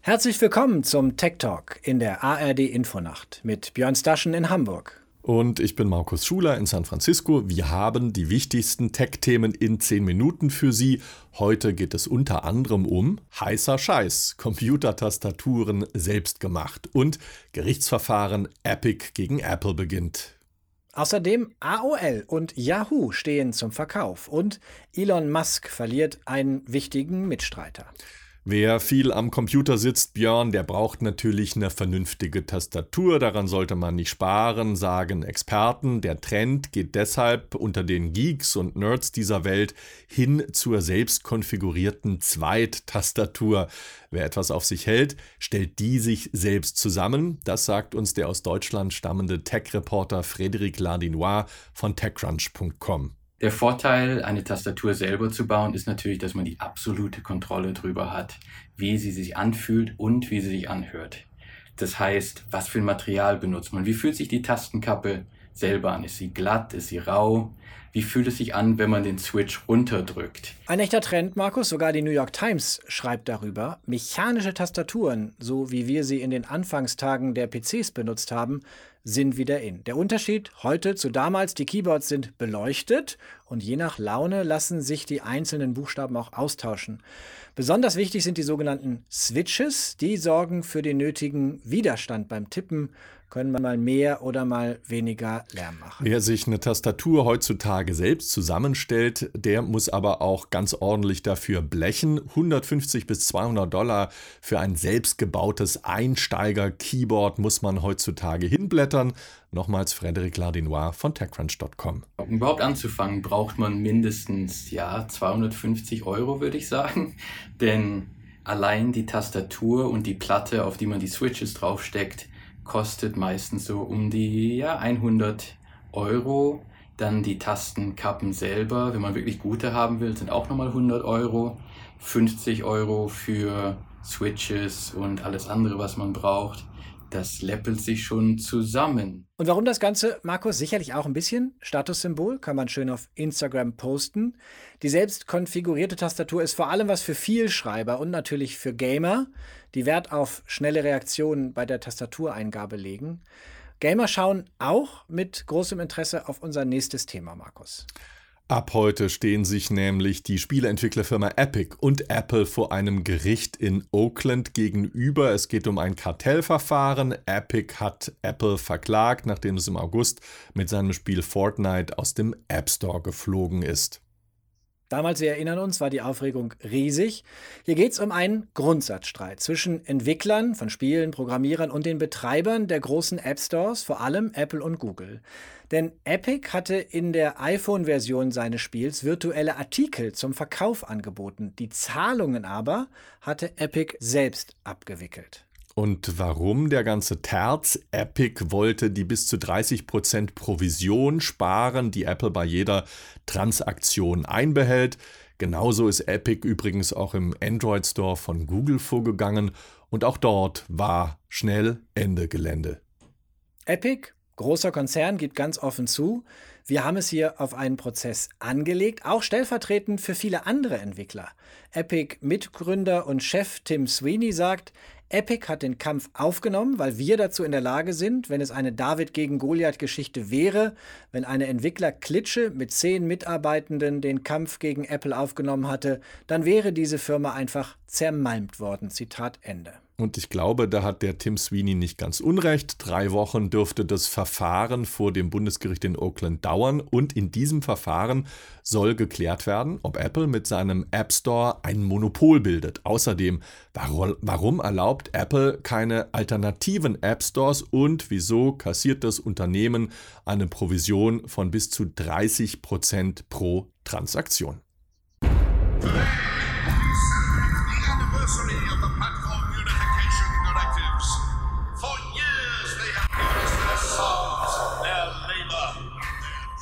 Herzlich willkommen zum Tech Talk in der ARD Infonacht mit Björn Staschen in Hamburg. Und ich bin Markus Schuler in San Francisco. Wir haben die wichtigsten Tech-Themen in 10 Minuten für Sie. Heute geht es unter anderem um heißer Scheiß, Computertastaturen selbst gemacht und Gerichtsverfahren Epic gegen Apple beginnt. Außerdem AOL und Yahoo stehen zum Verkauf und Elon Musk verliert einen wichtigen Mitstreiter. Wer viel am Computer sitzt, Björn, der braucht natürlich eine vernünftige Tastatur. Daran sollte man nicht sparen, sagen Experten. Der Trend geht deshalb unter den Geeks und Nerds dieser Welt hin zur selbst konfigurierten Zweittastatur. Wer etwas auf sich hält, stellt die sich selbst zusammen. Das sagt uns der aus Deutschland stammende Tech-Reporter Frédéric Lardinois von TechCrunch.com. Der Vorteil, eine Tastatur selber zu bauen, ist natürlich, dass man die absolute Kontrolle darüber hat, wie sie sich anfühlt und wie sie sich anhört. Das heißt, was für ein Material benutzt man? Wie fühlt sich die Tastenkappe selber an? Ist sie glatt? Ist sie rau? Wie fühlt es sich an, wenn man den Switch runterdrückt? Ein echter Trend, Markus, sogar die New York Times schreibt darüber. Mechanische Tastaturen, so wie wir sie in den Anfangstagen der PCs benutzt haben, sind wieder in. Der Unterschied heute zu damals, die Keyboards sind beleuchtet und je nach Laune lassen sich die einzelnen Buchstaben auch austauschen. Besonders wichtig sind die sogenannten Switches, die sorgen für den nötigen Widerstand beim Tippen, können mal mehr oder mal weniger Lärm machen. Wer sich eine Tastatur heutzutage selbst zusammenstellt, der muss aber auch ganz ordentlich dafür blechen. $150 bis $200 für ein selbstgebautes Einsteiger-Keyboard muss man heutzutage hinblättern. Nochmals Frédéric Lardinois von TechCrunch.com. Um überhaupt anzufangen, braucht man mindestens 250 €, würde ich sagen. Denn allein die Tastatur und die Platte, auf die man die Switches draufsteckt, kostet meistens so um die 100 €. Dann die Tastenkappen selber, wenn man wirklich gute haben will, sind auch nochmal 100 €. 50 € für Switches und alles andere, was man braucht. Das läppelt sich schon zusammen. Und warum das Ganze, Markus? Sicherlich auch ein bisschen Statussymbol, kann man schön auf Instagram posten. Die selbst konfigurierte Tastatur ist vor allem was für Vielschreiber und natürlich für Gamer, die Wert auf schnelle Reaktionen bei der Tastatureingabe legen. Gamer schauen auch mit großem Interesse auf unser nächstes Thema, Markus. Ab heute stehen sich nämlich die Spieleentwicklerfirma Epic und Apple vor einem Gericht in Oakland gegenüber. Es geht um ein Kartellverfahren. Epic hat Apple verklagt, nachdem es im August mit seinem Spiel Fortnite aus dem App Store geflogen ist. Damals, wir erinnern uns, war die Aufregung riesig. Hier geht es um einen Grundsatzstreit zwischen Entwicklern von Spielen, Programmierern und den Betreibern der großen App-Stores, vor allem Apple und Google. Denn Epic hatte in der iPhone-Version seines Spiels virtuelle Artikel zum Verkauf angeboten. Die Zahlungen aber hatte Epic selbst abgewickelt. Und warum der ganze Terz? Epic wollte die bis zu 30% Provision sparen, die Apple bei jeder Transaktion einbehält. Genauso ist Epic übrigens auch im Android Store von Google vorgegangen und auch dort war schnell Ende Gelände. Epic, großer Konzern, gibt ganz offen zu, wir haben es hier auf einen Prozess angelegt, auch stellvertretend für viele andere Entwickler. Epic-Mitgründer und Chef Tim Sweeney sagt, Epic hat den Kampf aufgenommen, weil wir dazu in der Lage sind, wenn es eine David gegen Goliath-Geschichte wäre, wenn eine Entwicklerklitsche mit 10 Mitarbeitenden den Kampf gegen Apple aufgenommen hatte, dann wäre diese Firma einfach zermalmt worden. Zitat Ende. Und ich glaube, da hat der Tim Sweeney nicht ganz unrecht. 3 Wochen dürfte das Verfahren vor dem Bundesgericht in Oakland dauern. Und in diesem Verfahren soll geklärt werden, ob Apple mit seinem App Store ein Monopol bildet. Außerdem, warum erlaubt Apple keine alternativen App Stores und wieso kassiert das Unternehmen eine Provision von bis zu 30% pro Transaktion?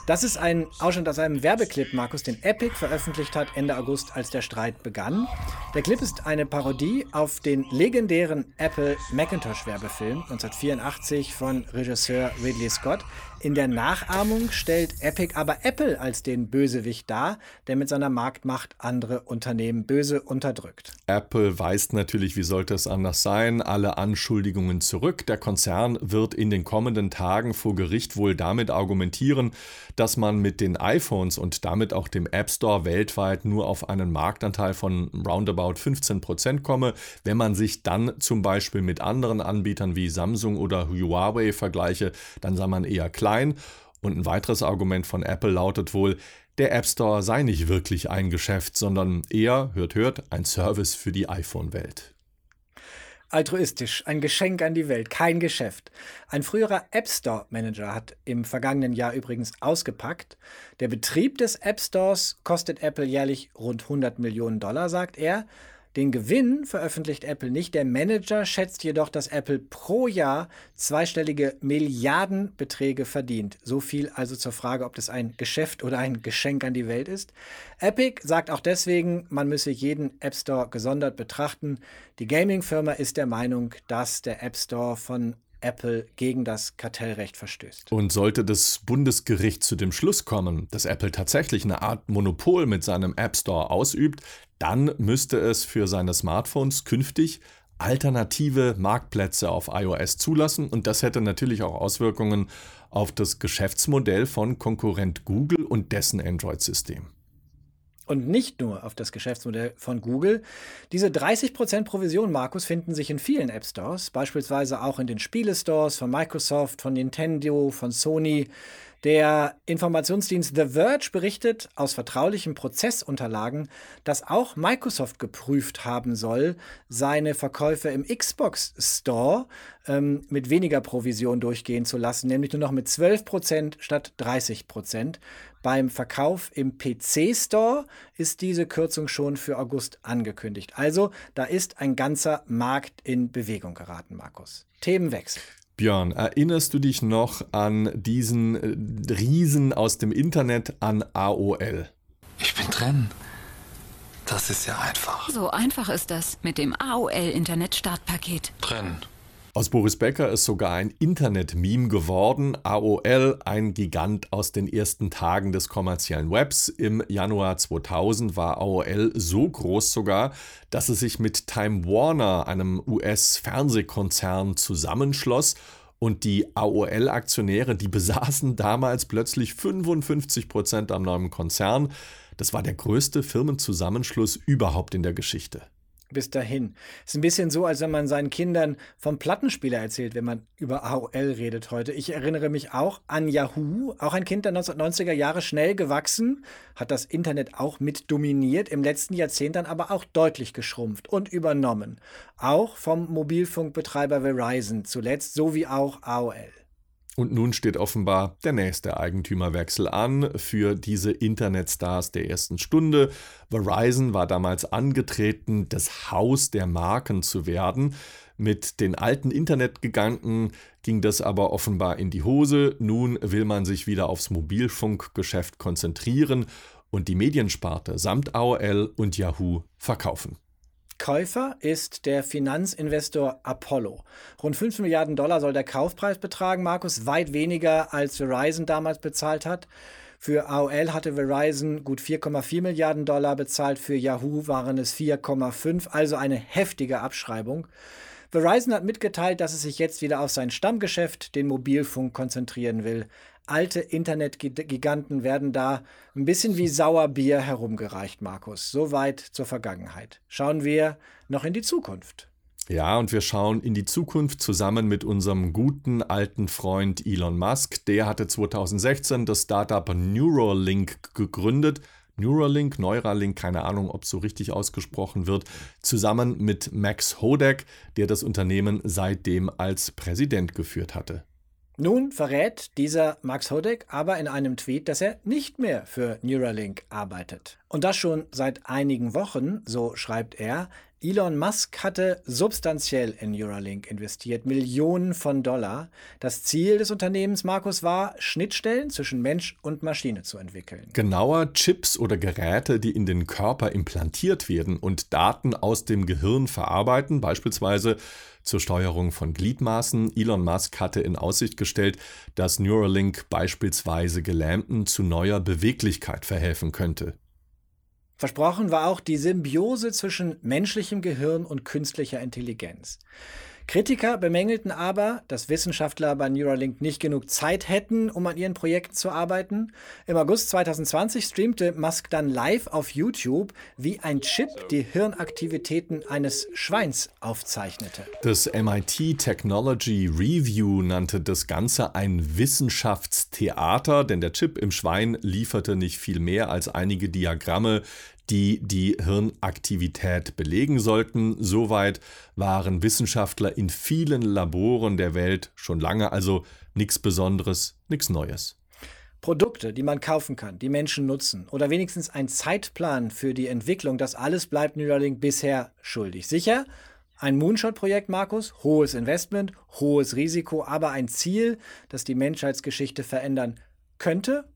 Das ist ein Ausschnitt aus einem Werbeclip, Markus, den Epic veröffentlicht hat Ende August, als der Streit begann. Der Clip ist eine Parodie auf den legendären Apple Macintosh-Werbefilm 1984 von Regisseur Ridley Scott. In der Nachahmung stellt Epic aber Apple als den Bösewicht dar, der mit seiner Marktmacht andere Unternehmen böse unterdrückt. Apple weist natürlich, wie sollte es anders sein, alle Anschuldigungen zurück. Der Konzern wird in den kommenden Tagen vor Gericht wohl damit argumentieren, dass man mit den iPhones und damit auch dem App Store weltweit nur auf einen Marktanteil von roundabout 15% komme. Wenn man sich dann zum Beispiel mit anderen Anbietern wie Samsung oder Huawei vergleiche, dann sei man eher klein. Und ein weiteres Argument von Apple lautet wohl, der App Store sei nicht wirklich ein Geschäft, sondern eher, hört, ein Service für die iPhone-Welt. Altruistisch, ein Geschenk an die Welt, kein Geschäft. Ein früherer App Store Manager hat im vergangenen Jahr übrigens ausgepackt. Der Betrieb des App Stores kostet Apple jährlich rund $100 Millionen, sagt er. Den Gewinn veröffentlicht Apple nicht. Der Manager schätzt jedoch, dass Apple pro Jahr zweistellige Milliardenbeträge verdient. So viel also zur Frage, ob das ein Geschäft oder ein Geschenk an die Welt ist. Epic sagt auch deswegen, man müsse jeden App Store gesondert betrachten. Die Gaming-Firma ist der Meinung, dass der App Store von Apple gegen das Kartellrecht verstößt. Und sollte das Bundesgericht zu dem Schluss kommen, dass Apple tatsächlich eine Art Monopol mit seinem App Store ausübt, dann müsste es für seine Smartphones künftig alternative Marktplätze auf iOS zulassen. Und das hätte natürlich auch Auswirkungen auf das Geschäftsmodell von Konkurrent Google und dessen Android-System. Und nicht nur auf das Geschäftsmodell von Google. Diese 30% Provision, Markus, finden sich in vielen App Stores, beispielsweise auch in den Spiele-Stores von Microsoft, von Nintendo, von Sony. Der Informationsdienst The Verge berichtet aus vertraulichen Prozessunterlagen, dass auch Microsoft geprüft haben soll, seine Verkäufe im Xbox Store mit weniger Provision durchgehen zu lassen, nämlich nur noch mit 12% statt 30%. Beim Verkauf im PC Store ist diese Kürzung schon für August angekündigt. Also, da ist ein ganzer Markt in Bewegung geraten, Markus. Themenwechsel. Björn, erinnerst du dich noch an diesen Riesen aus dem Internet, an AOL? Ich bin drin. Das ist ja einfach. So einfach ist das mit dem AOL-Internet-Startpaket. Drin. Aus Boris Becker ist sogar ein Internet-Meme geworden. AOL, ein Gigant aus den ersten Tagen des kommerziellen Webs. Im Januar 2000 war AOL so groß sogar, dass es sich mit Time Warner, einem US-Fernsehkonzern, zusammenschloss. Und die AOL-Aktionäre, die besaßen damals plötzlich 55% am neuen Konzern. Das war der größte Firmenzusammenschluss überhaupt in der Geschichte. Bis dahin. Ist ein bisschen so, als wenn man seinen Kindern vom Plattenspieler erzählt, wenn man über AOL redet heute. Ich erinnere mich auch an Yahoo, auch ein Kind der 1990er Jahre, schnell gewachsen, hat das Internet auch mit dominiert, im letzten Jahrzehnt dann aber auch deutlich geschrumpft und übernommen. Auch vom Mobilfunkbetreiber Verizon zuletzt, sowie auch AOL. Und nun steht offenbar der nächste Eigentümerwechsel an für diese Internetstars der ersten Stunde. Verizon war damals angetreten, das Haus der Marken zu werden. Mit den alten Internetgiganten ging das aber offenbar in die Hose. Nun will man sich wieder aufs Mobilfunkgeschäft konzentrieren und die Mediensparte samt AOL und Yahoo verkaufen. Käufer ist der Finanzinvestor Apollo. Rund $5 Milliarden soll der Kaufpreis betragen, Markus, weit weniger als Verizon damals bezahlt hat. Für AOL hatte Verizon gut $4,4 Milliarden bezahlt, für Yahoo waren es 4,5, also eine heftige Abschreibung. Verizon hat mitgeteilt, dass es sich jetzt wieder auf sein Stammgeschäft, den Mobilfunk, konzentrieren will. Alte Internetgiganten werden da ein bisschen wie Sauerbier herumgereicht, Markus. Soweit zur Vergangenheit. Schauen wir noch in die Zukunft. Ja, und wir schauen in die Zukunft zusammen mit unserem guten alten Freund Elon Musk. Der hatte 2016 das Startup Neuralink gegründet. Neuralink, keine Ahnung, ob es so richtig ausgesprochen wird, zusammen mit Max Hodak, der das Unternehmen seitdem als Präsident geführt hatte. Nun verrät dieser Max Hodak aber in einem Tweet, dass er nicht mehr für Neuralink arbeitet. Und das schon seit einigen Wochen, so schreibt er. Elon Musk hatte substanziell in Neuralink investiert, Millionen von Dollar. Das Ziel des Unternehmens, Markus, war, Schnittstellen zwischen Mensch und Maschine zu entwickeln. Genauer Chips oder Geräte, die in den Körper implantiert werden und Daten aus dem Gehirn verarbeiten, beispielsweise zur Steuerung von Gliedmaßen. Elon Musk hatte in Aussicht gestellt, dass Neuralink beispielsweise Gelähmten zu neuer Beweglichkeit verhelfen könnte. Versprochen war auch die Symbiose zwischen menschlichem Gehirn und künstlicher Intelligenz. Kritiker bemängelten aber, dass Wissenschaftler bei Neuralink nicht genug Zeit hätten, um an ihren Projekten zu arbeiten. Im August 2020 streamte Musk dann live auf YouTube, wie ein Chip die Hirnaktivitäten eines Schweins aufzeichnete. Das MIT Technology Review nannte das Ganze ein Wissenschaftstheater, denn der Chip im Schwein lieferte nicht viel mehr als einige Diagramme, die die Hirnaktivität belegen sollten. Soweit waren Wissenschaftler in vielen Laboren der Welt schon lange, also nichts Besonderes, nichts Neues. Produkte, die man kaufen kann, die Menschen nutzen oder wenigstens ein Zeitplan für die Entwicklung, das alles bleibt Neuralink bisher schuldig. Sicher, ein Moonshot-Projekt, Markus, hohes Investment, hohes Risiko, aber ein Ziel, das die Menschheitsgeschichte verändern könnte,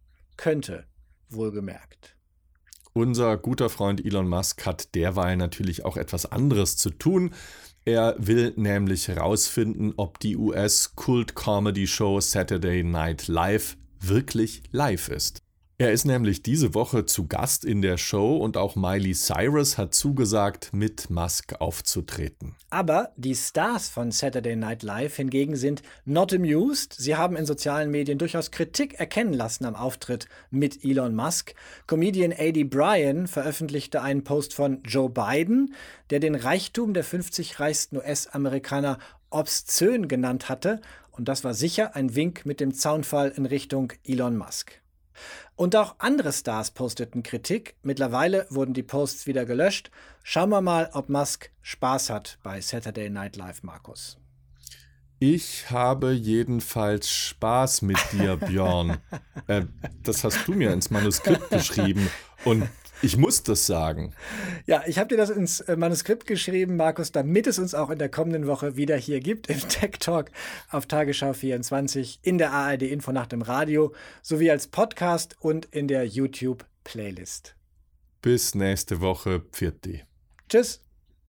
wohlgemerkt. Unser guter Freund Elon Musk hat derweil natürlich auch etwas anderes zu tun. Er will nämlich herausfinden, ob die US-Kult-Comedy-Show Saturday Night Live wirklich live ist. Er ist nämlich diese Woche zu Gast in der Show und auch Miley Cyrus hat zugesagt, mit Musk aufzutreten. Aber die Stars von Saturday Night Live hingegen sind not amused. Sie haben in sozialen Medien durchaus Kritik erkennen lassen am Auftritt mit Elon Musk. Comedian A.D. Bryan veröffentlichte einen Post von Joe Biden, der den Reichtum der 50 reichsten US-Amerikaner obszön genannt hatte. Und das war sicher ein Wink mit dem Zaunfall in Richtung Elon Musk. Und auch andere Stars posteten Kritik. Mittlerweile wurden die Posts wieder gelöscht. Schauen wir mal, ob Musk Spaß hat bei Saturday Night Live, Markus. Ich habe jedenfalls Spaß mit dir, Björn. Das hast du mir ins Manuskript geschrieben und ich muss das sagen. Ja, ich habe dir das ins Manuskript geschrieben, Markus, damit es uns auch in der kommenden Woche wieder hier gibt, im Tech Talk auf Tagesschau 24, in der ARD Infonacht im Radio, sowie als Podcast und in der YouTube-Playlist. Bis nächste Woche. Pfiat. Tschüss.